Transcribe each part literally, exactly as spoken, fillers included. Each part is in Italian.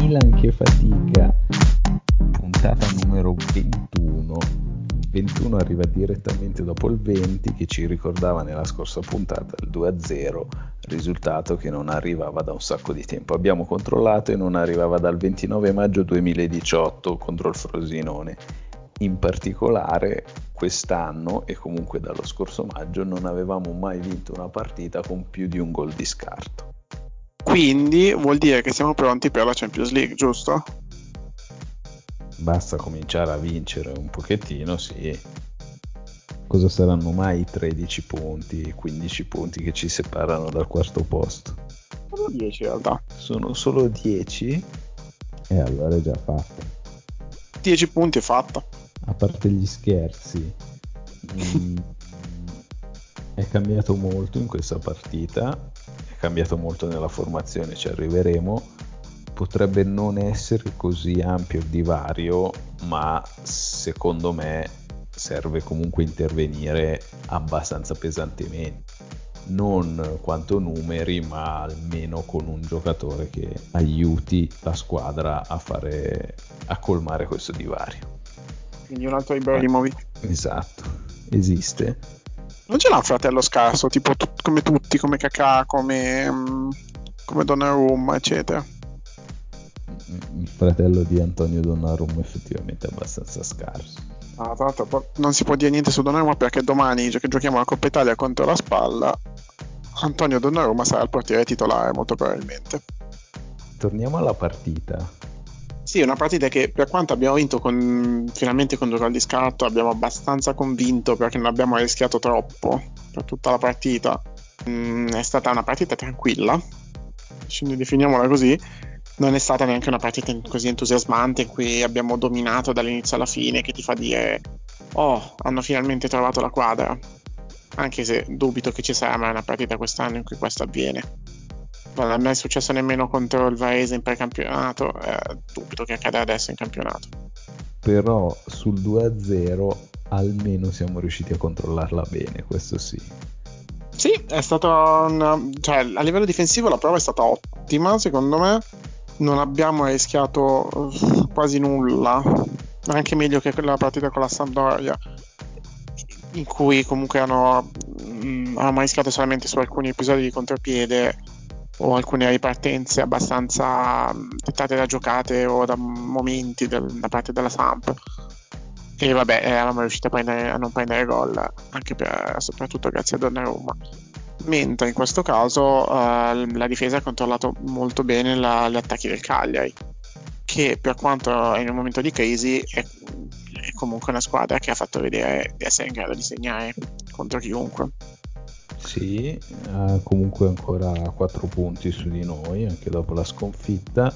Milan che fatica, puntata numero ventuno. ventuno arriva direttamente dopo il venti che ci ricordava nella scorsa puntata il due a zero, risultato che non arrivava da un sacco di tempo. Abbiamo controllato e non arrivava dal ventinove maggio duemiladiciotto contro il Frosinone. In particolare quest'anno e comunque dallo scorso maggio non avevamo mai vinto una partita con più di un gol di scarto. Quindi vuol dire che siamo pronti per la Champions League, giusto? Basta cominciare a vincere un pochettino, sì. Cosa saranno mai tredici punti, quindici punti che ci separano dal quarto posto? Sono dieci in realtà. Sono solo dieci? E allora è già fatta. dieci punti è fatta. A parte gli scherzi, mm, è cambiato molto in questa partita, è cambiato molto nella formazione, ci arriveremo. Potrebbe non essere così ampio il divario, ma secondo me serve comunque intervenire abbastanza pesantemente, non quanto numeri, ma almeno con un giocatore che aiuti la squadra a fare a colmare questo divario. Quindi un altro Ibrahimovic. Esatto, esiste. Non ce l'ha un fratello scarso, tipo tu- come tutti, come Kakà, come, mm, come Donnarumma, eccetera. Il fratello di Antonio Donnarumma effettivamente è abbastanza scarso. Ah, tra l'altro po- non si può dire niente su Donnarumma perché domani gio- che giochiamo la Coppa Italia contro la Spalla, Antonio Donnarumma sarà il portiere titolare molto probabilmente. Torniamo alla partita. Sì, una partita che per quanto abbiamo vinto con, finalmente con due gol di scarto, abbiamo abbastanza convinto perché non abbiamo rischiato troppo per tutta la partita. Mm, è stata una partita tranquilla, quindi definiamola così. Non è stata neanche una partita così entusiasmante in cui abbiamo dominato dall'inizio alla fine, che ti fa dire oh, hanno finalmente trovato la quadra. Anche se dubito che ci sarà mai una partita quest'anno in cui questo avviene. Non è mai successo nemmeno contro il Varese in precampionato, eh, dubito che accada adesso in campionato. Però sul due a zero almeno siamo riusciti a controllarla bene, questo sì. Sì, è stato una, cioè, a livello difensivo la prova è stata ottima, secondo me. Non abbiamo rischiato uh, quasi nulla, anche meglio che la partita con la Sampdoria, in cui comunque hanno, mh, hanno rischiato solamente su alcuni episodi di contropiede o alcune ripartenze abbastanza dettate da giocate o da momenti del, da parte della Samp. E vabbè, eravamo riusciti a, prendere, a non prendere gol, anche per, soprattutto grazie a Donnarumma. Mentre in questo caso uh, la difesa ha controllato molto bene la, gli attacchi del Cagliari, che per quanto è in un momento di crisi è, è comunque una squadra che ha fatto vedere di essere in grado di segnare contro chiunque. Sì, ha comunque ancora quattro punti su di noi anche dopo la sconfitta,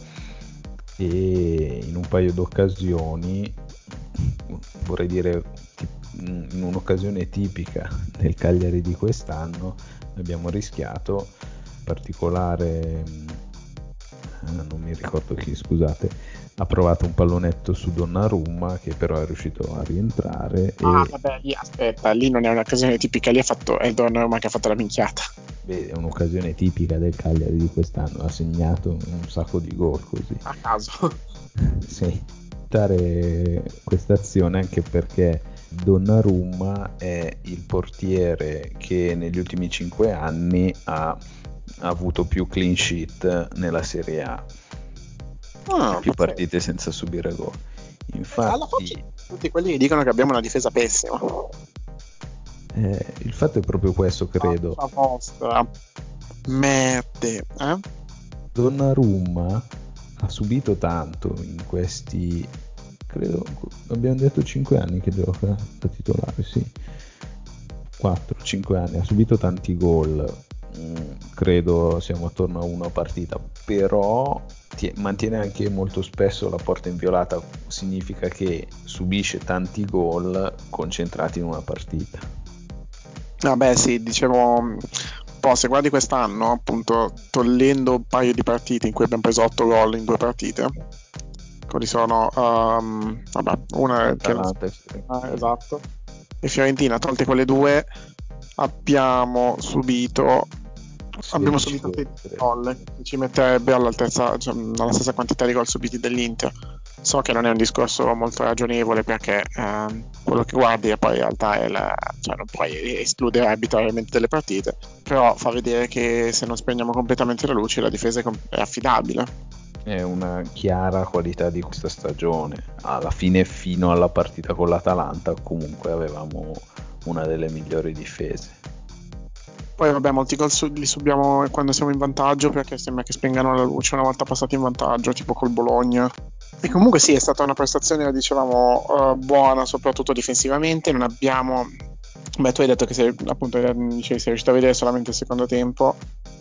e in un paio d'occasioni, vorrei dire in un'occasione tipica del Cagliari di quest'anno, abbiamo rischiato, in particolare non mi ricordo chi, scusate, ha provato un pallonetto su Donnarumma che però è riuscito a rientrare. Ah, e vabbè, lì aspetta, lì non è un'occasione tipica, lì ha fatto, è Donnarumma che ha fatto la minchiata. Beh, è un'occasione tipica del Cagliari di quest'anno, ha segnato un sacco di gol così. A caso. Sì, dare questa azione anche perché Donnarumma è il portiere che negli ultimi cinque anni ha, ha avuto più clean sheet nella Serie A, Ah, più pazzesco. partite senza subire gol. Alla faccia Infatti, tutti quelli che dicono che abbiamo una difesa pessima. eh, il fatto è proprio questo, credo. Faccia vostra. Merde, eh? Donnarumma ha subito tanto in questi, credo, abbiamo detto cinque anni che gioca da titolare, sì, quattro cinque anni, ha subito tanti gol, mm, credo siamo attorno a una partita, però ti- mantiene anche molto spesso la porta inviolata, significa che subisce tanti gol concentrati in una partita. Vabbè, sì, dicevo, un po' se guardi quest'anno, appunto, togliendo un paio di partite in cui abbiamo preso otto gol in due partite, quali sono, um, vabbè, una è che Atalanta e ah, Fiorentina. esatto, e Fiorentina, tolte quelle due, abbiamo subito abbiamo subito sedici gol, che ci metterebbe all'altezza, cioè, alla stessa quantità di gol subiti dell'Inter. So che non è un discorso molto ragionevole, perché ehm, quello che guardi e poi in realtà è la, cioè non puoi escludere arbitrariamente delle partite, però fa vedere che se non spegniamo completamente la luce la difesa è, com- è affidabile. È una chiara qualità di questa stagione. Alla fine, fino alla partita con l'Atalanta, comunque avevamo una delle migliori difese. Poi vabbè, molti gol su- li subiamo quando siamo in vantaggio, perché sembra che spengano la luce una volta passati in vantaggio, tipo col Bologna. E comunque sì, è stata una prestazione, dicevamo, uh, buona, soprattutto difensivamente. Non abbiamo... Beh, tu hai detto che sei, appunto, dicevi, sei riuscito a vedere solamente il secondo tempo,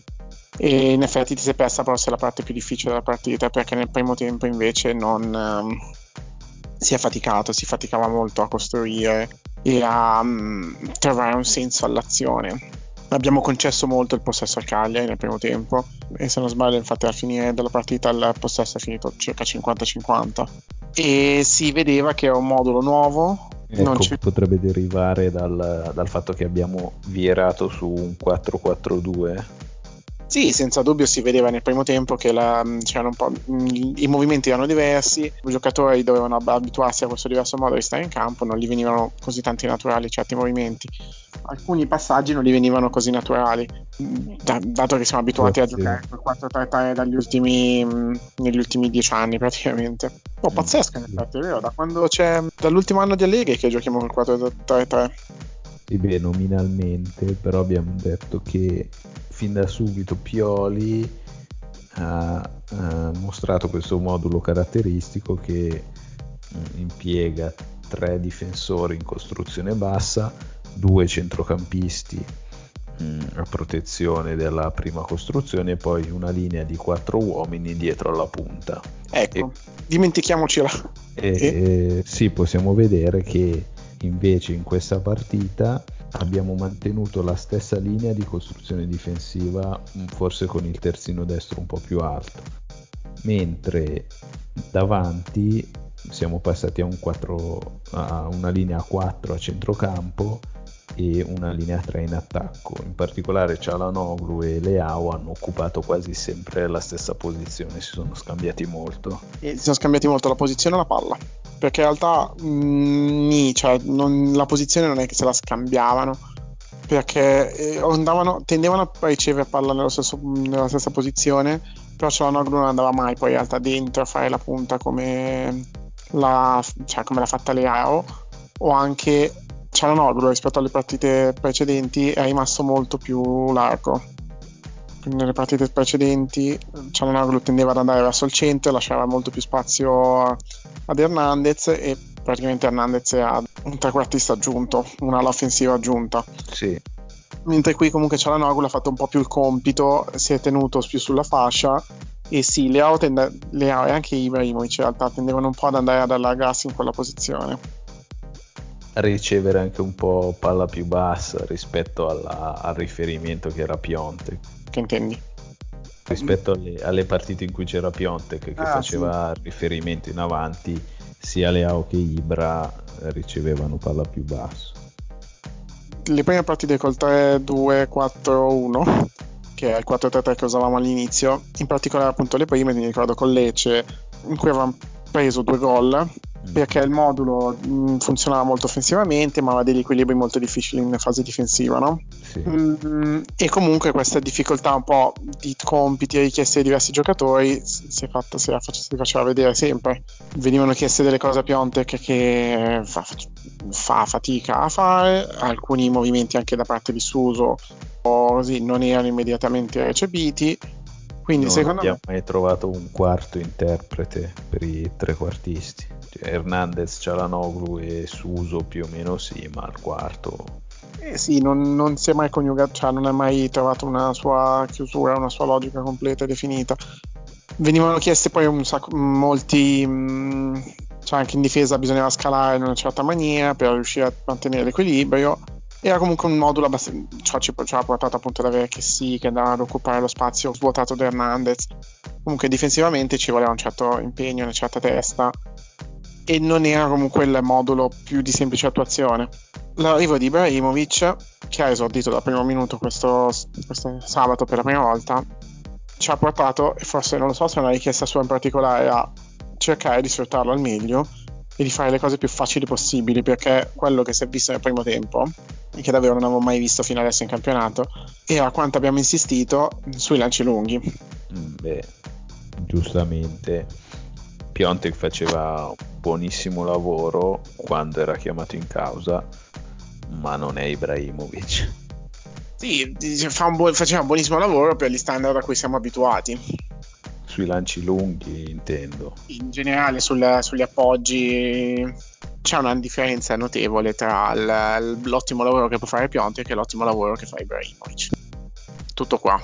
e in effetti ti sei persa forse la parte più difficile della partita, perché nel primo tempo invece non um, si è faticato, si faticava molto a costruire e a um, trovare un senso all'azione. Abbiamo concesso molto il possesso al Cagliari nel primo tempo, e se non sbaglio infatti alla fine della partita il possesso è finito circa cinquanta cinquanta, e si vedeva che era un modulo nuovo. Ecco, non ci... potrebbe derivare dal, dal fatto che abbiamo virato su un quattro quattro due. Sì, senza dubbio si vedeva nel primo tempo che la, c'erano un po', mh, i movimenti erano diversi, i giocatori dovevano abituarsi a questo diverso modo di stare in campo, non gli venivano così tanti naturali certi movimenti. Alcuni passaggi non gli venivano così naturali, da, dato che siamo abituati a giocare col quattro tre tre dagli ultimi, mh, negli ultimi dieci anni praticamente. Oh, pazzesco in effetti, è vero, da quando c'è, dall'ultimo anno di Allegri che giochiamo col quattro tre tre. Sì, beh, nominalmente, però abbiamo detto che fin da subito Pioli ha, ha mostrato questo modulo caratteristico che mh, impiega tre difensori in costruzione bassa, due centrocampisti mh, a protezione della prima costruzione e poi una linea di quattro uomini dietro alla punta. Ecco, E, dimentichiamocela. e, E... e sì, possiamo vedere che invece in questa partita abbiamo mantenuto la stessa linea di costruzione difensiva, forse con il terzino destro un po' più alto, mentre davanti siamo passati a, un quattro, a una linea a quattro a centrocampo e una linea a tre in attacco. In particolare Çalhanoğlu e Leao hanno occupato quasi sempre la stessa posizione, si sono scambiati molto. e si sono scambiati molto la posizione e la palla, perché in realtà mh, cioè, non, la posizione non è che se la scambiavano, perché eh, andavano, tendevano a ricevere palla nello stesso, nella stessa posizione, però Çalhanoğlu non andava mai poi in realtà dentro a fare la punta come la, cioè, come l'ha fatta Leao, o anche Çalhanoğlu rispetto alle partite precedenti è rimasto molto più largo. Nelle partite precedenti Çalhanoğlu tendeva ad andare verso il centro e lasciava molto più spazio ad Hernandez, e praticamente Hernandez ha un trequartista aggiunto, un'ala offensiva aggiunta. Sì. Mentre qui comunque Çalhanoğlu ha fatto un po' più il compito, si è tenuto più sulla fascia, e sì, Leao, tende- Leao e anche Ibrahimovic in realtà tendevano un po' ad andare ad allargarsi in quella posizione. A ricevere anche un po' palla più bassa rispetto alla, al riferimento che era Piontek. Che intendi? Rispetto alle, alle partite in cui c'era Piontek che Ah, faceva sì. riferimento in avanti, sia Leao che Ibra ricevevano palla più basso. Le prime partite col tre due quattro uno, che è il quattro tre tre che usavamo all'inizio, in particolare appunto le prime, mi ricordo con Lecce, in cui avevamo preso due gol, perché il modulo mh, funzionava molto offensivamente, ma aveva degli equilibri molto difficili in fase difensiva, no? Sì. Mm, e comunque questa difficoltà un po' di compiti e richieste ai diversi giocatori si, è fatta, si, è, si faceva vedere sempre. Venivano chieste delle cose a Piontek che fa, fa fatica a fare, alcuni movimenti anche da parte di Suso o così non erano immediatamente recepiti. Quindi Non secondo abbiamo me mai trovato un quarto interprete per i trequartisti. Cioè, Hernandez, Çalhanoğlu e Suso più o meno sì, ma il quarto... eh sì, non, non si è mai coniugato, cioè non è mai trovato una sua chiusura, una sua logica completa e definita. Venivano chieste poi un sacco, molti, mh, cioè anche in difesa bisognava scalare in una certa maniera per riuscire a mantenere l'equilibrio. Era comunque un modulo abbastanza, cioè ci, ci ha portato appunto ad avere che sì, che andava ad occupare lo spazio svuotato da Hernandez. Comunque difensivamente ci voleva un certo impegno, una certa testa, e non era comunque il modulo più di semplice attuazione. l'arrivo di Ibrahimovic, che ha esordito dal primo minuto questo, questo sabato per la prima volta, ci ha portato, e forse non lo so se è una richiesta sua in particolare, a cercare di sfruttarlo al meglio e di fare le cose più facili possibili, perché quello che si è visto nel primo tempo, e che davvero non avevo mai visto fino adesso in campionato, era quanto abbiamo insistito sui lanci lunghi. Mm, beh, giustamente Piontek faceva un buonissimo lavoro quando era chiamato in causa, ma non è Ibrahimovic. Sì, fa un buon, faceva un buonissimo lavoro per gli standard a cui siamo abituati. Sui lanci lunghi intendo. In generale sul, sugli appoggi c'è una differenza notevole tra l, l'ottimo lavoro che può fare Piontek e l'ottimo lavoro che fa Ibrahimovic. Tutto qua.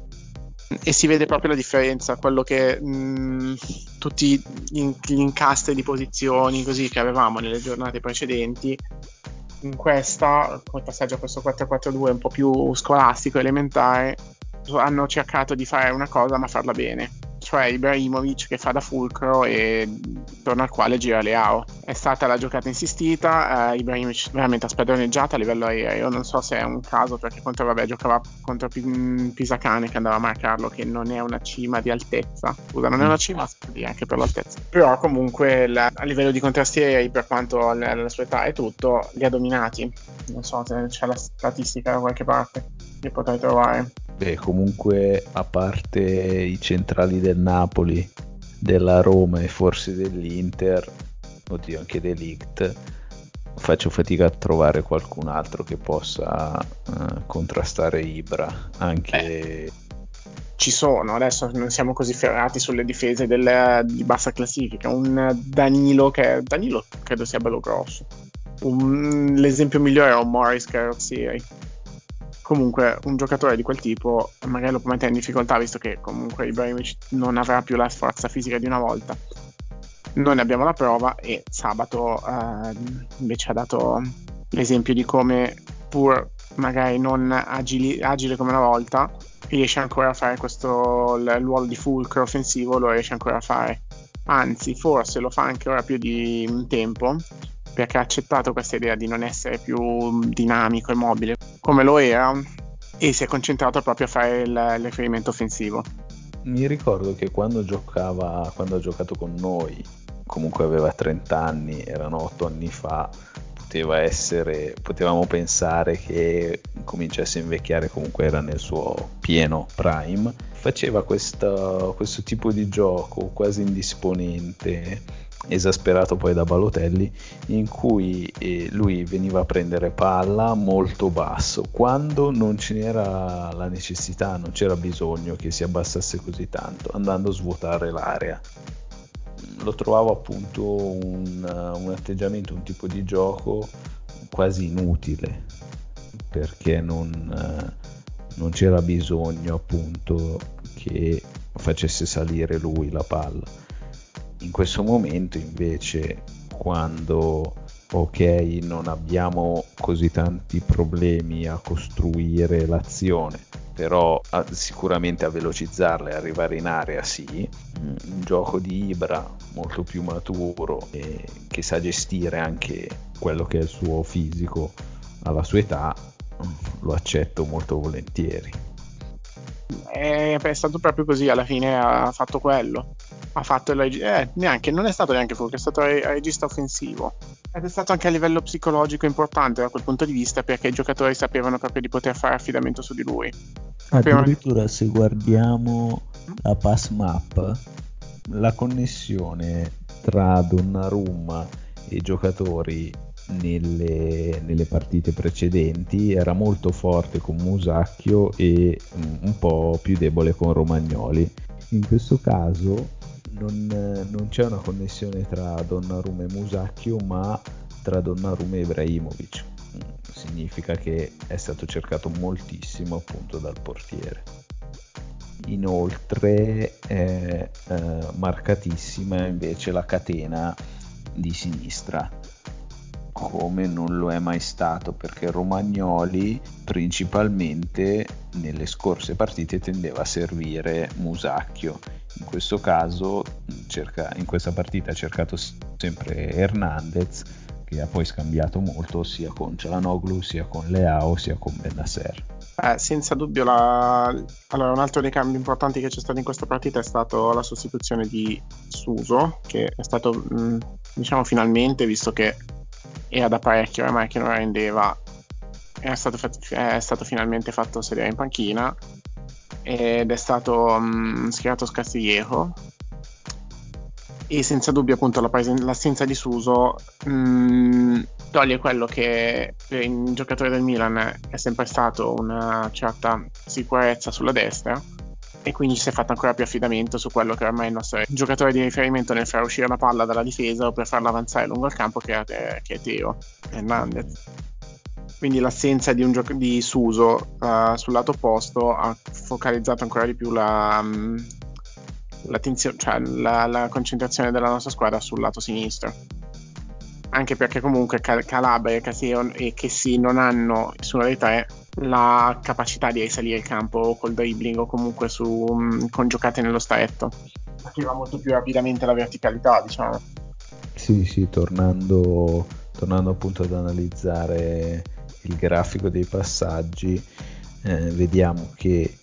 E si vede proprio la differenza, quello che mh, tutti gli, gli incastri di posizioni così che avevamo nelle giornate precedenti, in questa, col passaggio a questo quattro quattro due un po' più scolastico, elementare, hanno cercato di fare una cosa ma farla bene, cioè Ibrahimovic che fa da fulcro e intorno al quale gira Leao. È stata la giocata insistita, eh, Ibrahimovic veramente ha spadroneggiato a livello aereo, non so se è un caso perché contro, vabbè, giocava contro P- Pisacane che andava a marcarlo, che non è una cima di altezza, scusa, non è una cima, sì, anche per l'altezza, però comunque la, a livello di contrasti aerei, per quanto la, la sua età e tutto, li ha dominati. Non so se c'è la statistica da qualche parte che potrai trovare. Beh, comunque, a parte i centrali del Napoli, della Roma e forse dell'Inter, oddio anche dell'Ict, faccio fatica a trovare qualcun altro che possa uh, contrastare Ibra, anche... Beh, ci sono, adesso non siamo così ferrati sulle difese del, di bassa classifica. Un Danilo che Danilo credo sia bello grosso. Un, l'esempio migliore è un Morris Carrozzieri. Comunque un giocatore di quel tipo magari lo può mettere in difficoltà, visto che comunque Ibrahimovic non avrà più la forza fisica di una volta. Noi ne abbiamo la prova e sabato eh, invece ha dato l'esempio di come, pur magari non agili, agile come una volta, riesce ancora a fare questo l- ruolo di fulcro offensivo, lo riesce ancora a fare. Anzi, forse lo fa anche ora più di un tempo, perché ha accettato questa idea di non essere più dinamico e mobile come lo era, e si è concentrato proprio a fare il, il riferimento offensivo. Mi ricordo che quando giocava, quando ha giocato con noi, comunque aveva trenta anni, erano otto anni fa, poteva essere, potevamo pensare che cominciasse a invecchiare, comunque era nel suo pieno prime. Faceva questa, questo tipo di gioco quasi indisponente, esasperato poi da Balotelli, in cui eh, lui veniva a prendere palla molto basso quando non ce n'era la necessità, non c'era bisogno che si abbassasse così tanto, andando a svuotare l'area. Lo trovavo appunto un, un atteggiamento, un tipo di gioco quasi inutile, perché non, non c'era bisogno appunto che facesse salire lui la palla. In questo momento invece, quando ok non abbiamo così tanti problemi a costruire l'azione, però a, sicuramente a velocizzarla e arrivare in area sì, un gioco di Ibra molto più maturo e che sa gestire anche quello che è il suo fisico alla sua età, lo accetto molto volentieri. È, è stato proprio così, alla fine ha fatto quello. Ha fatto il reg- eh, neanche, non è stato neanche fulcro, è stato il regista offensivo. Ed è stato anche a livello psicologico importante da quel punto di vista, perché i giocatori sapevano proprio di poter fare affidamento su di lui. Addirittura se guardiamo la pass map, la connessione tra Donnarumma e i giocatori nelle, nelle partite precedenti era molto forte con Musacchio e un po' più debole con Romagnoli. In questo caso non, non c'è una connessione tra Donnarumma e Musacchio, ma tra Donnarumma e Ibrahimovic. Significa che è stato cercato moltissimo appunto dal portiere. Inoltre è eh, marcatissima invece la catena di sinistra, come non lo è mai stato, perché Romagnoli principalmente nelle scorse partite tendeva a servire Musacchio. In questo caso cerca, in questa partita ha cercato sempre Hernandez, che ha poi scambiato molto sia con Çalhanoğlu, sia con Leao, sia con Bennacer. Eh, senza dubbio la... allora, un altro dei cambi importanti che c'è stato in questa partita è stato la sostituzione di Suso, che è stato mh, diciamo finalmente, visto che era da parecchio ormai che non rendeva, è stato, fat- è stato finalmente fatto sedere in panchina ed è stato mh, schierato Castillejo, e senza dubbio appunto la presen- l'assenza di Suso mh, toglie quello che per i giocatori del Milan è sempre stato una certa sicurezza sulla destra, e quindi si è fatto ancora più affidamento su quello che ormai è il nostro giocatore di riferimento nel far uscire la palla dalla difesa o per farla avanzare lungo il campo, che è, che è Teo Hernandez. Quindi l'assenza di, un gioco di Suso uh, sul lato opposto ha focalizzato ancora di più la, um, l'attenzione, cioè la, la concentrazione della nostra squadra sul lato sinistro, anche perché comunque Cal- Calabria e Caseo e Kessi non hanno, nessuno dei tre, la capacità di risalire il campo col dribbling o comunque su, um, con giocate nello stretto, attira molto più rapidamente la verticalità, diciamo. Sì, sì, tornando, tornando appunto ad analizzare il grafico dei passaggi, eh, vediamo che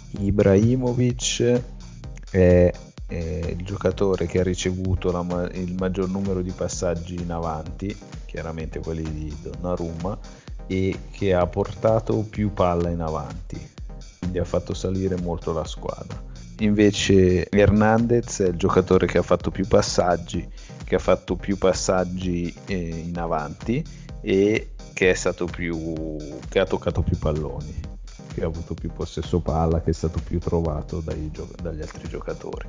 Ibrahimovic è, è il giocatore che ha ricevuto la ma- il maggior numero di passaggi in avanti, chiaramente quelli di Donnarumma, e che ha portato più palla in avanti, quindi ha fatto salire molto la squadra. Invece Hernandez è il giocatore che ha fatto più passaggi, che ha fatto più passaggi eh, in avanti e che è stato più che ha toccato più palloni, che ha avuto più possesso palla, che è stato più trovato dai gio- dagli altri giocatori.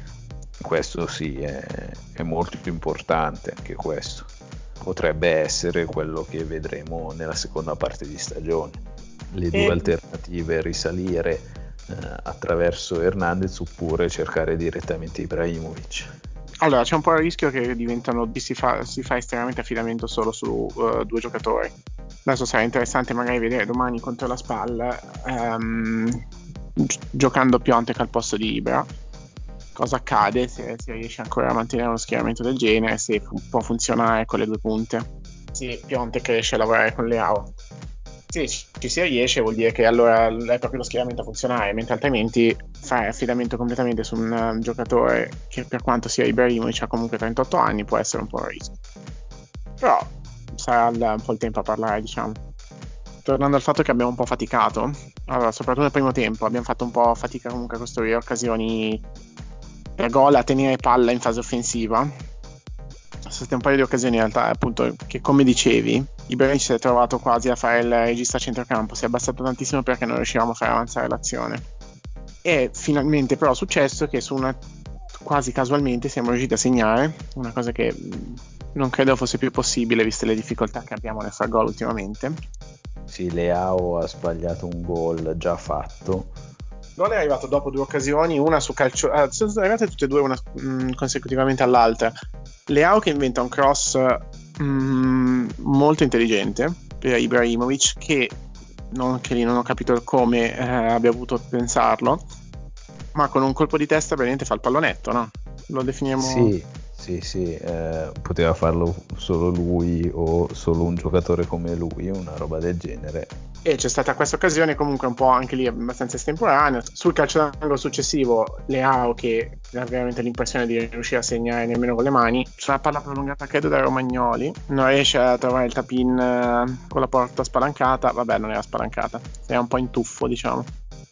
Questo sì, è, è molto più importante, anche questo potrebbe essere quello che vedremo nella seconda parte di stagione, le due E... alternative: risalire eh, attraverso Hernandez oppure cercare direttamente Ibrahimovic. Allora, c'è un po' il rischio che diventano, si fa, si fa estremamente affidamento solo su uh, due giocatori. Adesso sarà interessante magari vedere domani contro la Spal um, gi- giocando Piontek al posto di Ibra, cosa accade se, se riesce ancora a mantenere uno schieramento del genere, se fu- può funzionare con le due punte, se Piontek riesce a lavorare con Leao. Se ci si riesce vuol dire che allora è proprio lo schieramento a funzionare, mentre altrimenti fare affidamento completamente su un uh, giocatore che, per quanto sia Ibrahimovic, ha comunque trentotto anni, può essere un po' un rischio. Però sarà il, un po' il tempo a parlare, diciamo. Tornando al fatto che abbiamo un po' faticato, allora, soprattutto nel primo tempo abbiamo fatto un po' fatica comunque a costruire occasioni per gol, a tenere palla in fase offensiva. Sono state un paio di occasioni in realtà, appunto, che come dicevi Ibrahimovic si è trovato quasi a fare il regista a centrocampo, si è abbassato tantissimo perché non riuscivamo a fare avanzare l'azione, e finalmente però è successo che su una, quasi casualmente siamo riusciti a segnare, una cosa che mh, non credo fosse più possibile viste le difficoltà che abbiamo nel far gol ultimamente. Sì, Leao ha sbagliato un gol già fatto. Il gol è arrivato dopo due occasioni, una su calcio, ah, sono arrivate tutte e due una, mh, consecutivamente all'altra. Leao che inventa un cross mh, molto intelligente per Ibrahimovic, che non, che lì non ho capito come eh, abbia potuto pensarlo, ma con un colpo di testa veramente fa il pallonetto, no? Lo definiamo... Sì, sì, sì, eh, poteva farlo solo lui o solo un giocatore come lui, una roba del genere. E c'è stata questa occasione comunque un po' anche lì abbastanza estemporanea. Sul calcio d'angolo successivo Leao che ha veramente l'impressione di riuscire a segnare nemmeno con le mani, sulla palla prolungata credo da Romagnoli, non riesce a trovare il tap-in eh, con la porta spalancata. Vabbè, non era spalancata, era un po' in tuffo, diciamo.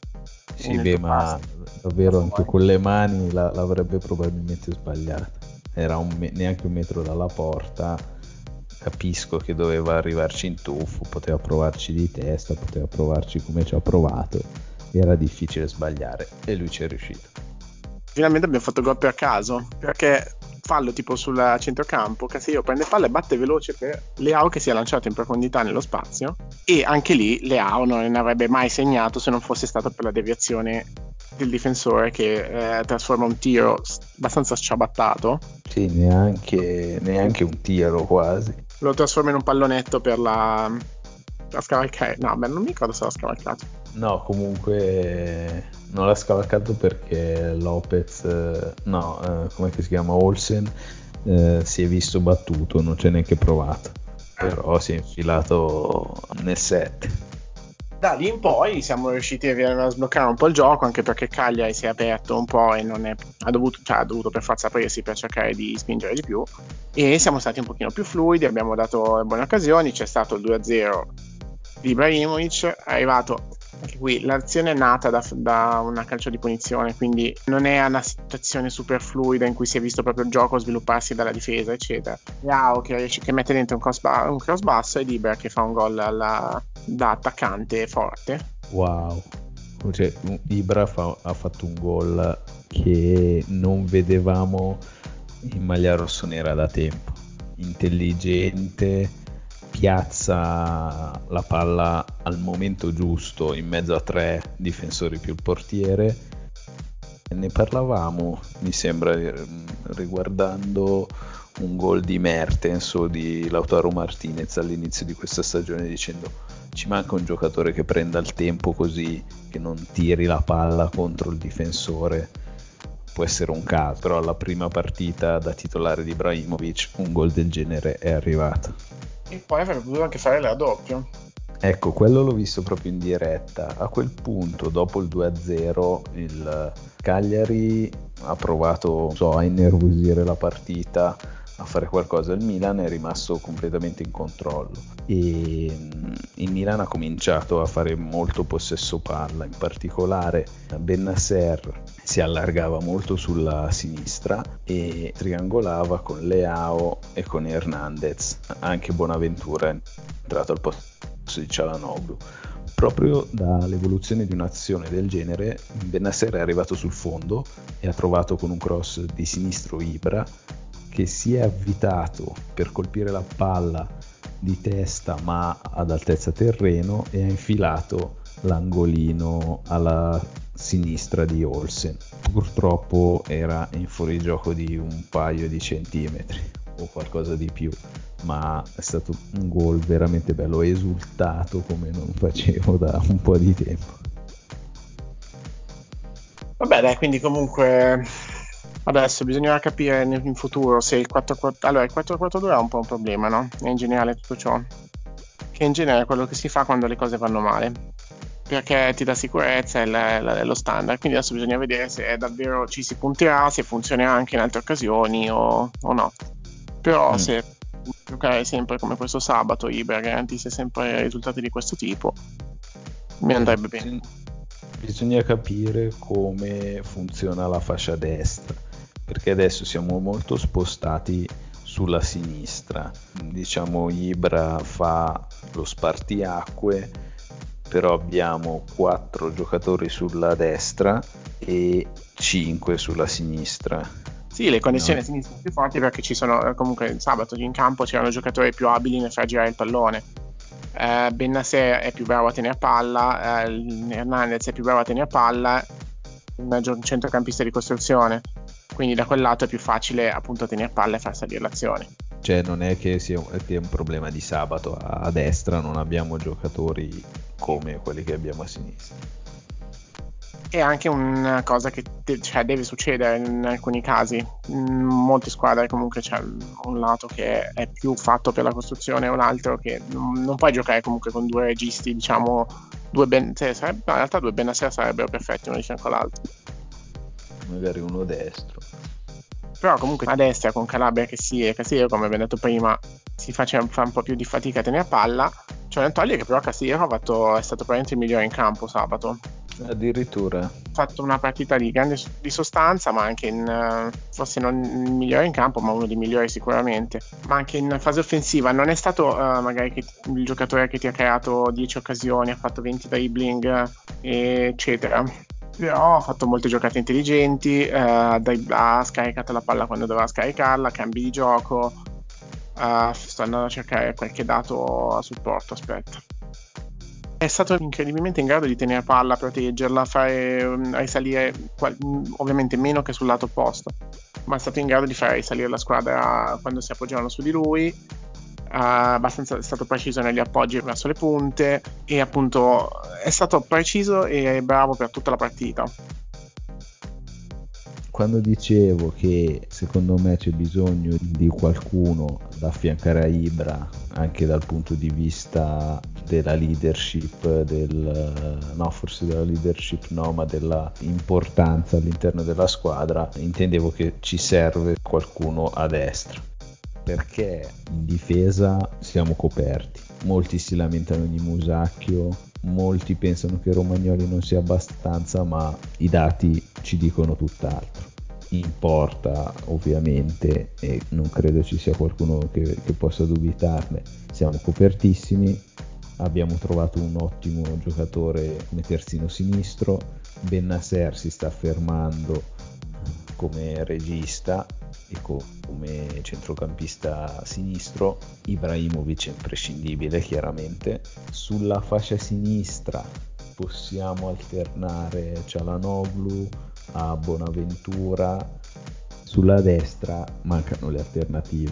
E Sì, nel beh, ma tuffarsi davvero anche con le mani la- l'avrebbe probabilmente sbagliata. Era un me- neanche un metro dalla porta. Capisco che doveva arrivarci in tuffo, poteva provarci di testa, poteva provarci come ci ha provato. Era difficile sbagliare e lui ci è riuscito. finalmente abbiamo fatto gol per caso, perché fallo tipo sul centrocampo, Casillo prende palla e batte veloce per Leao che si è lanciato in profondità nello spazio, e anche lì Leao non ne avrebbe mai segnato se non fosse stato per la deviazione del difensore che eh, trasforma un tiro abbastanza sciabattato, Sì, neanche, neanche un tiro quasi. lo trasforma in un pallonetto per la, la scavalcare. No, beh, non mi ricordo se l'ha scavalcato. No, comunque non l'ha scavalcato perché Lopez, eh, no, eh, come si chiama, Olsen, eh, si è visto battuto, non c'è neanche provato, però si è infilato nel set. Da lì in poi siamo riusciti a sbloccare un po' il gioco, anche perché Cagliari si è aperto un po' e non è, ha, dovuto, cioè, ha dovuto per forza aprirsi per cercare di spingere di più, e siamo stati un pochino più fluidi, abbiamo dato buone occasioni, c'è stato il due a zero di Ibrahimovic, è arrivato anche qui, l'azione è nata da, da una calcio di punizione, quindi non è una situazione super fluida in cui si è visto proprio il gioco svilupparsi dalla difesa eccetera. Leao che riesce, che mette dentro un cross, ba- un cross basso, e Libera che fa un gol alla, da attaccante forte. Wow, cioè, Ibra fa, ha fatto un gol che non vedevamo in maglia rossonera da tempo, intelligente, piazza la palla al momento giusto in mezzo a tre difensori più il portiere. Ne parlavamo, mi sembra, riguardando un gol di Mertens o di Lautaro Martinez all'inizio di questa stagione, dicendo ci manca un giocatore che prenda il tempo così, che non tiri la palla contro il difensore. Può essere un caso, però alla prima partita da titolare di Ibrahimovic un gol del genere è arrivato. E poi avrebbe potuto anche fare la doppia. Ecco, quello l'ho visto proprio in diretta. A quel punto, dopo il due a zero, il Cagliari ha provato, so, a innervosire la partita, a fare qualcosa. Il Milan è rimasto completamente in controllo e il Milan ha cominciato a fare molto possesso palla, in particolare Bennacer si allargava molto sulla sinistra e triangolava con Leao e con Hernandez. Anche Bonaventura è entrato al posto di Çalhanoğlu. Proprio dall'evoluzione di un'azione del genere, Bennacer è arrivato sul fondo e ha trovato con un cross di sinistro Ibra, che si è avvitato per colpire la palla di testa ma ad altezza terreno e ha infilato l'angolino alla sinistra di Olsen. Purtroppo era in fuorigioco di un paio di centimetri o qualcosa di più, ma è stato un gol veramente bello, ho esultato come non facevo da un po' di tempo. Vabbè dai, quindi comunque adesso bisognerà capire in futuro se il quattro quattro, allora il quattro quattro due è un po' un problema, no? È in generale tutto ciò, che in genere è quello che si fa quando le cose vanno male, perché ti dà sicurezza, è, la, la, è lo standard, quindi adesso bisogna vedere se è davvero ci si punterà, se funzionerà anche in altre occasioni o, o no. Però mm. se giocare sempre come questo sabato, Ibra garantisse sempre risultati di questo tipo, mi andrebbe bene. Bisogna capire come funziona la fascia destra, perché adesso siamo molto spostati sulla sinistra. Diciamo Ibra fa lo spartiacque, però abbiamo quattro giocatori sulla destra e cinque sulla sinistra. Sì, le connessioni no. a sinistra sono più forti perché ci sono comunque il sabato in campo c'erano giocatori più abili nel far girare il pallone. Uh, Bennacer è più bravo a tenere palla, uh, Hernandez è più bravo a tenere palla, un centrocampista di costruzione, quindi da quel lato è più facile appunto tenere palla e far salire l'azione. Cioè non è che sia un, che è un problema di sabato, a destra non abbiamo giocatori come quelli che abbiamo a sinistra. È anche una cosa che de- cioè, deve succedere in alcuni casi. In molte squadre comunque c'è un lato che è più fatto per la costruzione e un altro che non, non puoi giocare comunque con due registi, diciamo, due ben, cioè, sarebbe, no, in realtà due Bennacer sarebbero perfetti uno di fianco all'altro. Magari uno destro. Però comunque a destra con Calabria che sì e Castiglieco, come abbiamo detto prima, si faceva fa un po' più di fatica a tenere palla. Cioè non toglie che però Castiglieco ha fatto, è stato probabilmente il migliore in campo sabato. Addirittura ha fatto una partita di grande di sostanza, ma anche in forse non il migliore in campo, ma uno dei migliori sicuramente. Ma anche in fase offensiva non è stato uh, magari che, il giocatore che ti ha creato dieci occasioni, ha fatto venti dribbling, eccetera. Però ha fatto molte giocate intelligenti, uh, ha scaricato la palla quando doveva scaricarla, cambi di gioco. Uh, sto andando a cercare qualche dato a supporto, aspetta. È stato incredibilmente in grado di tenere palla, proteggerla, fare um, risalire, ovviamente meno che sul lato opposto, ma è stato in grado di fare risalire la squadra quando si appoggiavano su di lui, uh, abbastanza è stato preciso negli appoggi verso le punte e appunto è stato preciso e bravo per tutta la partita. quando dicevo che secondo me c'è bisogno di qualcuno da affiancare a Ibra anche dal punto di vista della leadership, del, no forse della leadership no, ma della importanza all'interno della squadra, intendevo che ci serve qualcuno a destra, perché in difesa siamo coperti. Molti si lamentano di Musacchio, molti pensano che Romagnoli non sia abbastanza, ma i dati ci dicono tutt'altro. In porta ovviamente, e non credo ci sia qualcuno che, che possa dubitarne, siamo copertissimi. Abbiamo trovato un ottimo giocatore come terzino sinistro, Bennacer si sta affermando come regista e come centrocampista sinistro. Ibrahimovic è imprescindibile chiaramente. Sulla fascia sinistra possiamo alternare Çalhanoğlu a Bonaventura, sulla destra mancano le alternative.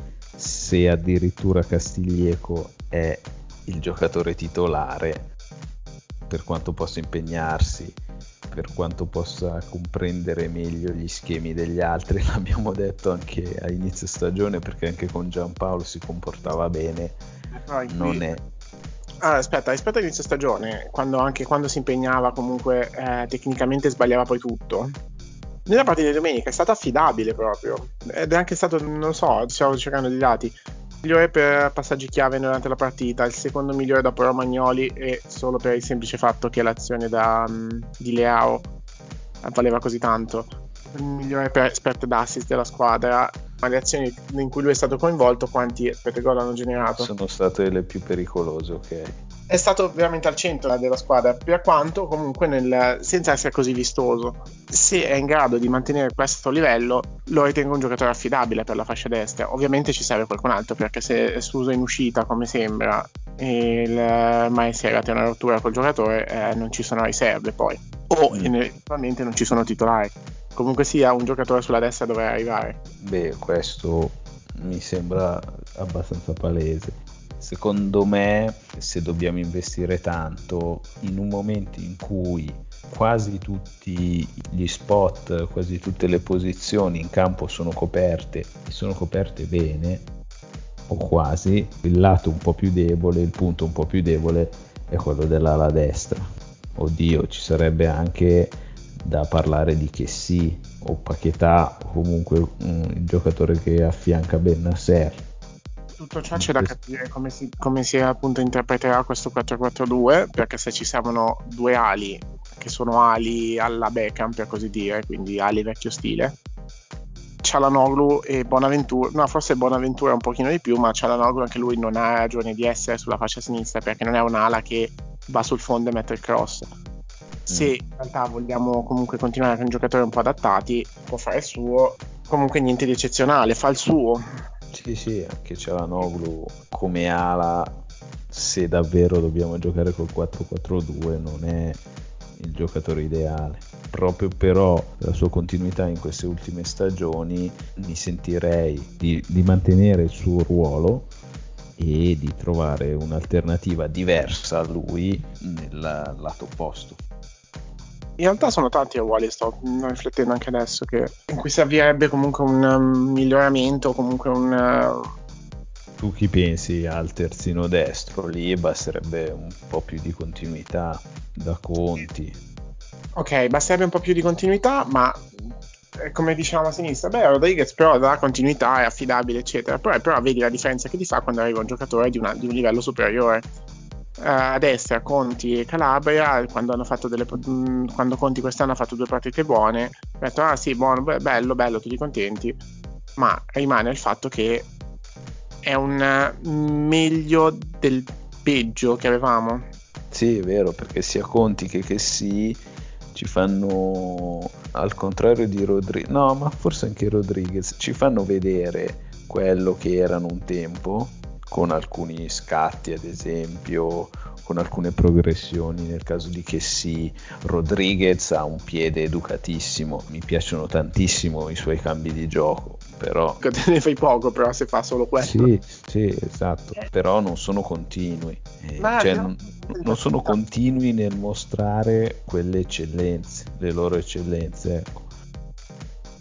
Se addirittura Castiglieco è il giocatore titolare, per quanto possa impegnarsi, per quanto possa comprendere meglio gli schemi degli altri, l'abbiamo detto anche a inizio stagione, perché anche con Giampaolo si comportava bene, ah, non è... Ah, aspetta, rispetto all'inizio stagione, quando anche quando si impegnava comunque eh, tecnicamente sbagliava poi tutto. Nella partita di domenica è stato affidabile proprio, ed è anche stato, non lo so, stiamo cercando di dati, migliore per passaggi chiave durante la partita, il secondo migliore dopo Romagnoli, e solo per il semplice fatto che l'azione da, um, di Leao valeva così tanto. Il migliore per expert d'assist della squadra, ma le azioni in cui lui è stato coinvolto, quanti expert gol hanno generato? Sono state le più pericolose, ok. È stato veramente al centro della squadra, per quanto comunque nel, senza essere così vistoso. Se è in grado di mantenere questo livello, lo ritengo un giocatore affidabile per la fascia destra. Ovviamente ci serve qualcun altro, perché se è Suso in uscita come sembra e il mai si è arrivata una rottura col giocatore, eh, non ci sono riserve poi, o mm. eventualmente non ci sono titolari. Comunque sia, un giocatore sulla destra dovrà arrivare. Beh, questo mi sembra abbastanza palese. Secondo me, se dobbiamo investire tanto in un momento in cui quasi tutti gli spot, quasi tutte le posizioni in campo sono coperte e sono coperte bene, o quasi, il lato un po' più debole, il punto un po' più debole è quello dell'ala destra. Oddio, ci sarebbe anche da parlare di Chessy o Paquetá, o comunque um, il giocatore che affianca Bennacer. Tutto ciò c'è da capire come si, come si appunto interpreterà questo quattro quattro due, perché se ci servono due ali che sono ali alla Beckham, per così dire, quindi ali vecchio stile, Çalhanoğlu e Bonaventura, no forse Bonaventura un pochino di più, ma Çalhanoğlu anche lui non ha ragione di essere sulla fascia sinistra, perché non è un'ala che va sul fondo e mette il cross. Se in realtà vogliamo comunque continuare con giocatori un po' adattati, può fare il suo, comunque niente di eccezionale, fa il suo. Sì, sì, anche Çalhanoğlu come ala, se davvero dobbiamo giocare col quattro quattro due, non è il giocatore ideale. Proprio però per la sua continuità in queste ultime stagioni mi sentirei di, di mantenere il suo ruolo e di trovare un'alternativa diversa a lui nel lato opposto. In realtà sono tanti ruoli, sto riflettendo anche adesso, che in cui servirebbe comunque un um, miglioramento, comunque un... Uh... Tu chi pensi al terzino destro? Lì basterebbe un po' più di continuità da Conti. Ok, basterebbe un po' più di continuità, ma come diciamo a sinistra, beh, Rodriguez però dà continuità, è affidabile, eccetera. Però, però vedi la differenza che ti fa quando arriva un giocatore di, una, di un livello superiore. Uh, a destra Conti e Calabria, quando hanno fatto delle mh, quando Conti quest'anno ha fatto due partite buone, ho detto ah sì, buono, bello, bello, tutti contenti, ma rimane il fatto che è un meglio del peggio che avevamo. Sì, è vero, perché sia Conti che che sì ci fanno, al contrario di Rodriguez, no, ma forse anche Rodriguez, ci fanno vedere quello che erano un tempo, con alcuni scatti ad esempio, con alcune progressioni. Nel caso di Chessy, Rodriguez ha un piede educatissimo, mi piacciono tantissimo i suoi cambi di gioco, però te ne fai poco però se fa solo quello. sì, sì, esatto, però non sono continui, eh, cioè non, non sono continui nel mostrare quelle eccellenze, le loro eccellenze, ecco.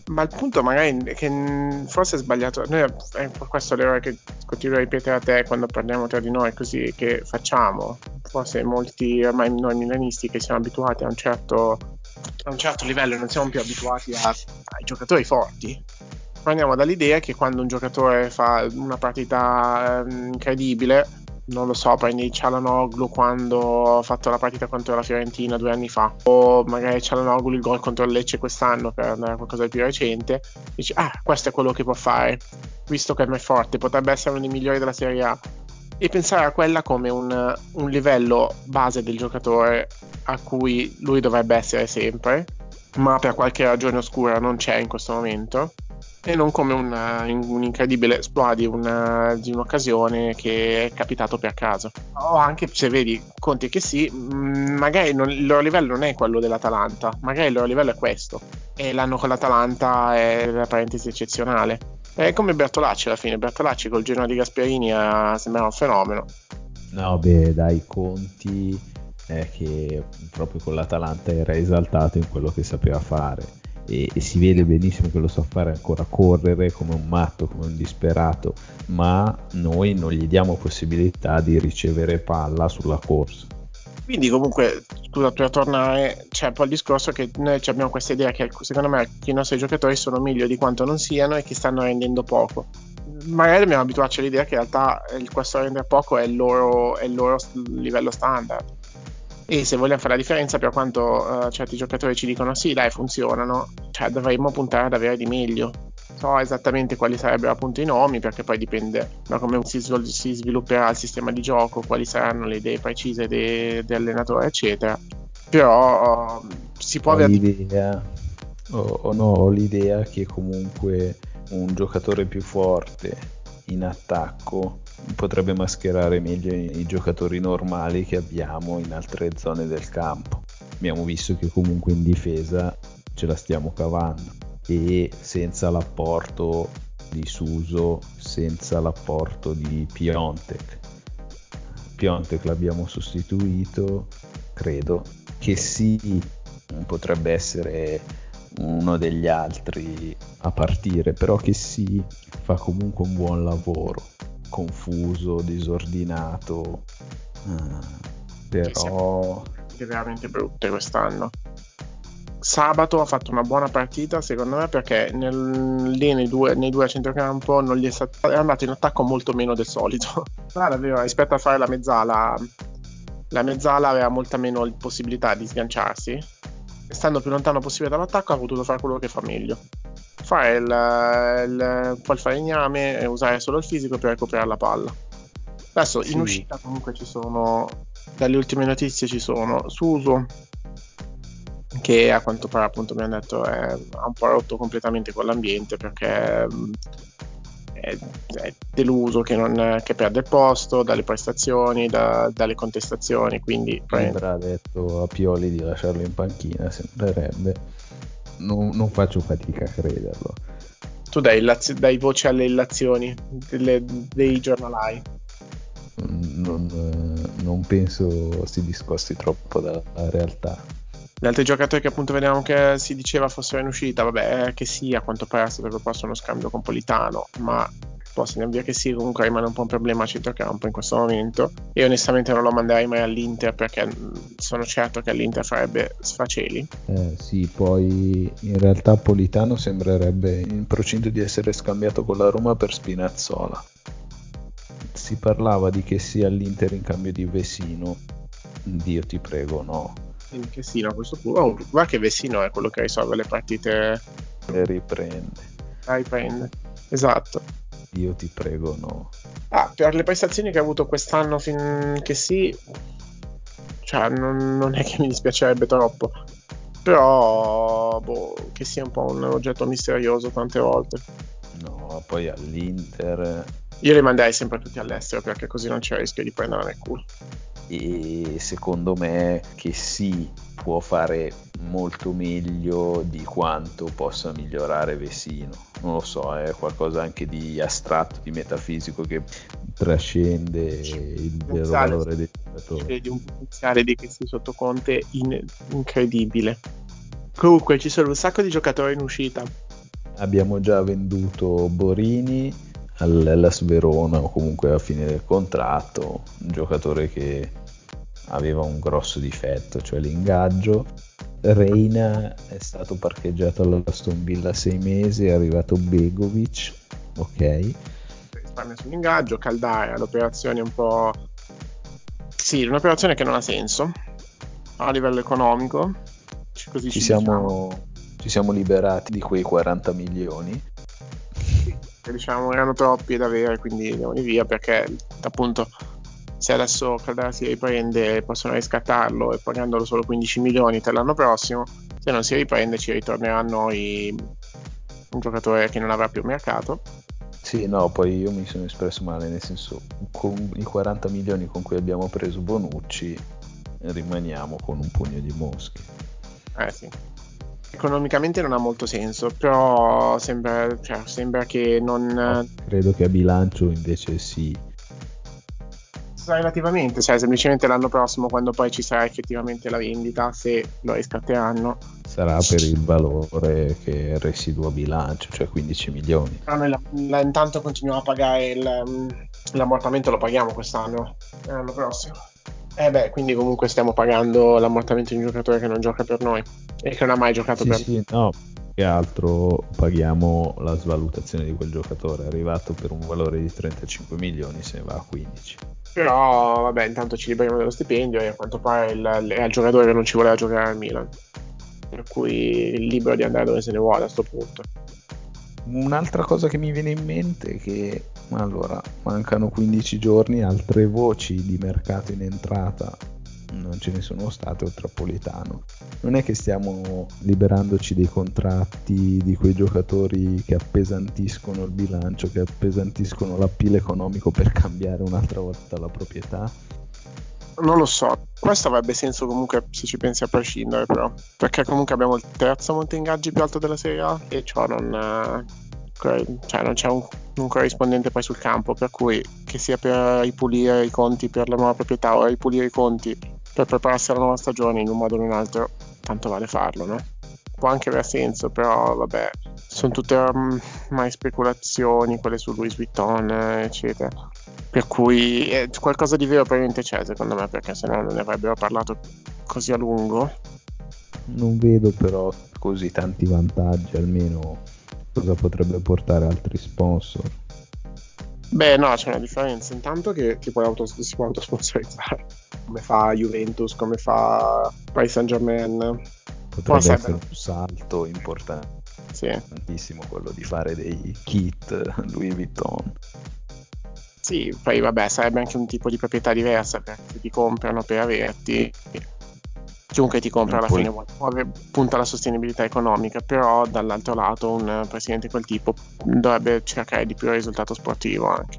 Ma il punto magari è che forse è sbagliato. Noi è per questo l'errore che continuo a ripetere a te quando parliamo tra di noi, così che facciamo. Forse molti ormai noi milanisti che siamo abituati a un certo, a un certo livello, non siamo più abituati a, ai giocatori forti. Prendiamo dall'idea che quando un giocatore fa una partita eh, incredibile, non lo so, prendi Çalhanoğlu quando ha fatto la partita contro la Fiorentina due anni fa, o magari Çalhanoğlu il gol contro il Lecce quest'anno, per andare a qualcosa di più recente, dici, ah, questo è quello che può fare, visto che è forte, potrebbe essere uno dei migliori della Serie A. E pensare a quella come un, un livello base del giocatore a cui lui dovrebbe essere sempre, ma per qualche ragione oscura non c'è in questo momento, e non come un, un incredibile esploit di, una, di un'occasione che è capitato per caso. O anche se vedi conti che sì, magari non, il loro livello non è quello dell'Atalanta, magari il loro livello è questo, e l'anno con l'Atalanta è la parentesi eccezionale. È come Bertolacci alla fine, Bertolacci col Genoa di Gasperini uh, sembrava un fenomeno. No, beh, dai, Conti è che proprio con l'Atalanta era esaltato in quello che sapeva fare e, e si vede benissimo che lo sa fare ancora, correre come un matto, come un disperato, ma noi non gli diamo possibilità di ricevere palla sulla corsa. Quindi comunque, scusa, per tornare, c'è poi il discorso che noi abbiamo questa idea che secondo me che i nostri giocatori sono meglio di quanto non siano e che stanno rendendo poco. Magari dobbiamo abituarci all'idea che in realtà questo rendere poco è il loro, è il loro livello standard. E se vogliamo fare la differenza, per quanto uh, certi giocatori ci dicono sì, dai, funzionano, cioè dovremmo puntare ad avere di meglio. So esattamente quali sarebbero appunto i nomi, perché poi dipende da come si, svol- si svilupperà il sistema di gioco, quali saranno le idee precise dell'allenatore, eccetera. Però uh, si può Ho avere... l'idea, o, o no, ho l'idea che comunque un giocatore più forte in attacco potrebbe mascherare meglio i, i giocatori normali che abbiamo in altre zone del campo. Abbiamo visto che comunque in difesa ce la stiamo cavando e senza l'apporto di Suso, senza l'apporto di Piontek. Piontek l'abbiamo sostituito, credo che sì, potrebbe essere uno degli altri a partire, però che sì, fa comunque un buon lavoro, confuso, disordinato, eh, però veramente brutte quest'anno. Sabato ha fatto una buona partita secondo me, perché nel, lì nei due, nei due a centrocampo non gli è, stato, è andato in attacco molto meno del solito. Ah, davvero, rispetto a fare la mezzala, la mezzala aveva molta meno possibilità di sganciarsi, stando più lontano possibile dall'attacco ha potuto fare quello che fa meglio, fare il, il, un po' il falegname e usare solo il fisico per recuperare la palla. Adesso in sì. uscita comunque ci sono, dalle ultime notizie ci sono Suso, che a quanto pare appunto mi hanno detto è, ha un po' rotto completamente con l'ambiente, perché è, è deluso che, non, che perde il posto dalle prestazioni, da, dalle contestazioni, quindi Ibra ha detto a Pioli di lasciarlo in panchina, sembrerebbe, non, non faccio fatica a crederlo. Tu dai, illazio, dai voce alle illazioni delle, dei giornalai. Non, non penso si discosti troppo dalla realtà. Gli altri giocatori che appunto vedevamo che si diceva fossero in uscita, vabbè, che sì, a quanto pare è stato proposto uno scambio con Politano, ma posso dire che sì, comunque rimane un po' un problema a centrocampo in questo momento. E onestamente non lo manderei mai all'Inter, perché sono certo che all'Inter farebbe sfaceli. Eh, sì, poi in realtà Politano sembrerebbe in procinto di essere scambiato con la Roma per Spinazzola. Si parlava di che sia all'Inter in cambio di Vesino. Dio ti prego, no. Che sì, no, a questo punto. Oh, guarda che Vecino è quello che risolve le partite. E riprende. La riprende. Esatto. Dio ti prego, no. Ah, per le prestazioni che ha avuto quest'anno, fin che sì, cioè non, non è che mi dispiacerebbe troppo. Però, boh, che sia un po' un oggetto misterioso tante volte. No, poi all'Inter. Io li manderei sempre tutti all'estero, perché così non c'è il rischio di prendere nel culo. E secondo me che sì, può fare molto meglio di quanto possa migliorare Vesino. Non lo so, è qualcosa anche di astratto, di metafisico che trascende il vero valore dei giocatori. Vedi un potenziale di questi sotto Conte in- incredibile. Comunque ci sono un sacco di giocatori in uscita. abbiamo già venduto Borini all'Hellas Verona o comunque alla fine del contratto, un giocatore che aveva un grosso difetto, cioè l'ingaggio. Reina è stato parcheggiato all'Aston Villa sei mesi, è arrivato Begovic, ok. Risparmia sull'ingaggio, Caldara, l'operazione un po'... Sì, un'operazione che non ha senso a livello economico, così Ci ci diciamo. siamo, ci siamo liberati di quei quaranta milioni. Che diciamo erano troppi da avere, quindi andiamo via, perché appunto se adesso Caldara si riprende possono riscattarlo e pagandolo solo quindici milioni per l'anno prossimo, se non si riprende ci ritornerà a noi un giocatore che non avrà più mercato. Sì, no, poi io mi sono espresso male, nel senso, con i quaranta milioni con cui abbiamo preso Bonucci rimaniamo con un pugno di mosche. Eh sì. Economicamente non ha molto senso, però sembra, cioè, sembra che non... No, credo che a bilancio invece sì. Relativamente, cioè semplicemente l'anno prossimo, quando poi ci sarà effettivamente la vendita, se lo riscatteranno, Sarà per il valore che residua a bilancio, cioè quindici milioni. però noi la, la, intanto continuiamo a pagare il, um, l'ammortamento, lo paghiamo quest'anno, eh, l'anno prossimo. Eh beh, quindi comunque stiamo pagando l'ammortamento di un giocatore che non gioca per noi e che non ha mai giocato Sì, per sì, no, che altro paghiamo la svalutazione di quel giocatore, è arrivato per un valore di trentacinque milioni, se ne va a quindici. Però vabbè, intanto ci liberiamo dello stipendio e a quanto pare il, è il giocatore che non ci voleva giocare al Milan, per cui è libero di andare dove se ne vuole a sto punto. Un'altra cosa che mi viene in mente è che allora mancano quindici giorni, altre voci di mercato in entrata non ce ne sono state oltre a Politano. Non è che stiamo liberandoci dei contratti di quei giocatori che appesantiscono il bilancio, che appesantiscono l'appeal economico per cambiare un'altra volta la proprietà? Non lo so, questo avrebbe senso comunque se ci pensi a prescindere, però, perché comunque abbiamo il terzo monte ingaggi più alto della Serie A e ciò non, eh, cioè non c'è un, un corrispondente poi sul campo, per cui che sia per ripulire i conti per la nuova proprietà o ripulire i conti per prepararsi alla nuova stagione in un modo o in un altro, tanto vale farlo, no? Può anche aver senso, però vabbè, sono tutte um, mai speculazioni, quelle su Louis Vuitton, eh, eccetera. Per cui eh, qualcosa di vero probabilmente c'è, secondo me, perché se no non ne avrebbero parlato così a lungo. Non vedo però così tanti vantaggi, almeno cosa potrebbe portare altri sponsor. Beh, no, c'è una differenza. Intanto che, che puoi auto, si può autosponsorizzare, come fa Juventus, come fa Paris Saint-Germain. Poi Potrebbe essere sarebbero, un salto importante. sì. Tantissimo quello di fare dei kit Louis Vuitton. Sì, poi vabbè, sarebbe anche un tipo di proprietà diversa, perché se ti comprano per averti, chiunque ti compra alla Pol- fine vuole, punta alla sostenibilità economica, però dall'altro lato un presidente di quel tipo dovrebbe cercare di più il risultato sportivo anche.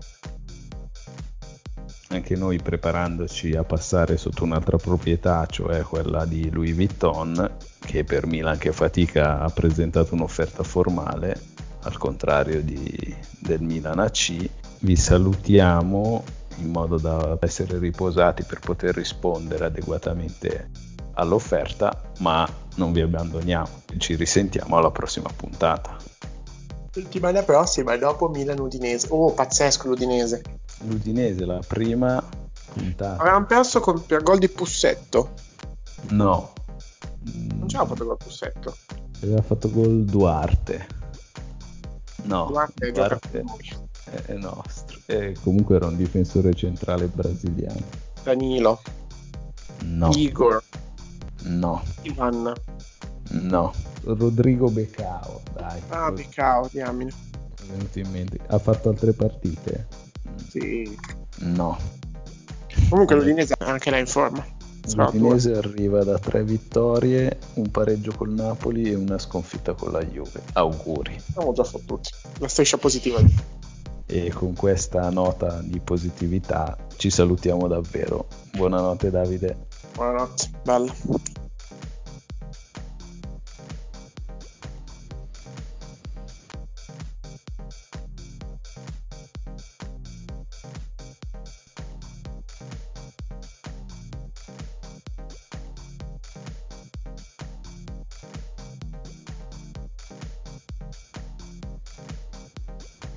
Anche noi preparandoci a passare sotto un'altra proprietà, cioè quella di Louis Vuitton, che per Milan che fatica ha presentato un'offerta formale, al contrario di, del Milan A C. Vi salutiamo in modo da essere riposati per poter rispondere adeguatamente all'offerta, ma non vi abbandoniamo. Ci risentiamo alla prossima puntata. Settimana prossima, dopo Milan-Udinese. Oh, pazzesco l'Udinese. L'Udinese, la prima puntata. Avevamo perso con, per gol di Pussetto. No. Non c'era fatto gol Pussetto. Aveva fatto gol Duarte. No, Duarte gioca con Duarte noi. è nostro. E comunque era un difensore centrale brasiliano. Danilo. No, Igor. no, Ivan. no. Rodrigo Becao, dai. Ah, È Picao, diamine. venuto in mente. Ha fatto altre partite? Sì. No. Comunque Vabbè. l'Udinese è anche là in forma. Sarà due. L'Udinese arriva da tre vittorie, un pareggio col Napoli e una sconfitta con la Juve. Auguri. Siamo già fottuti. La striscia positiva. E con questa nota di positività ci salutiamo davvero. Buonanotte Davide. Buonanotte. Bella.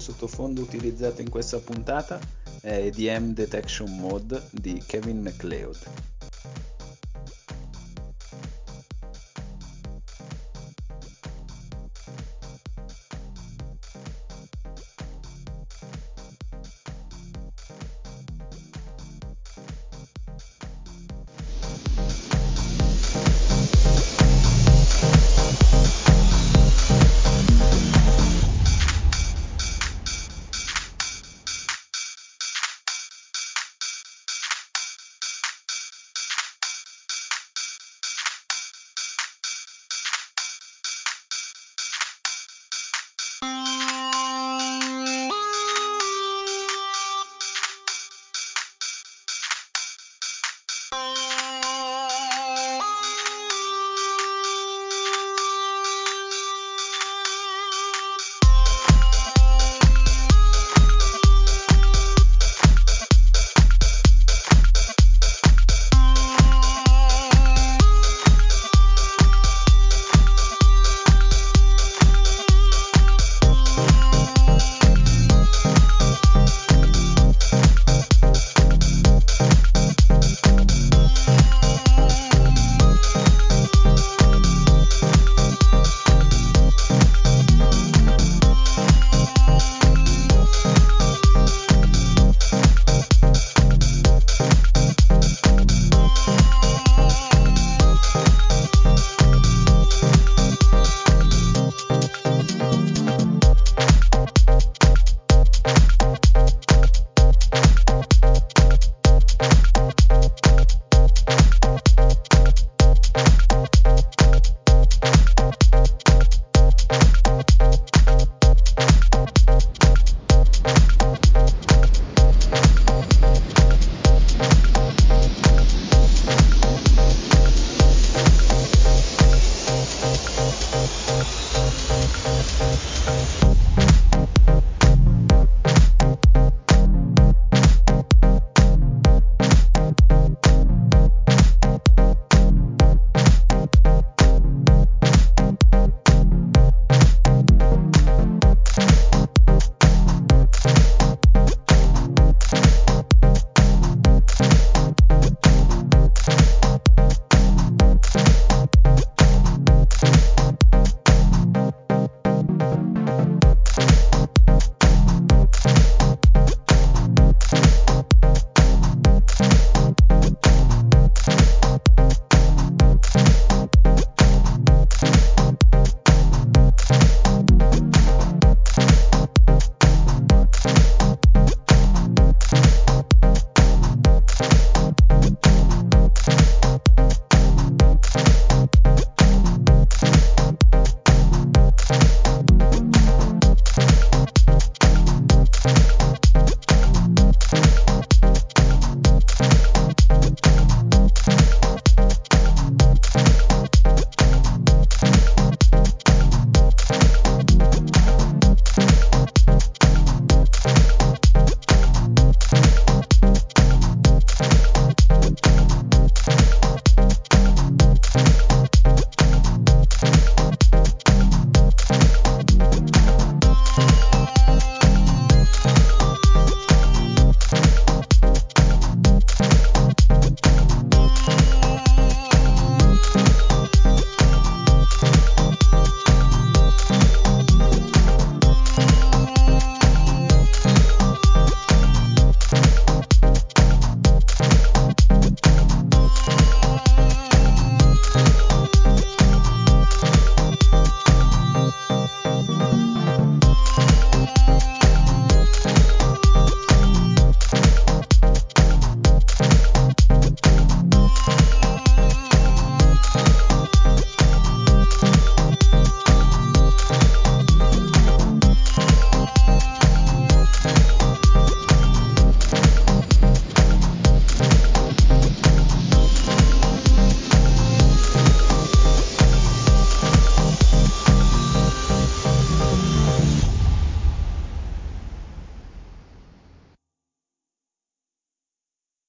sottofondo utilizzato in questa puntata è E D M Detection Mode di Kevin MacLeod.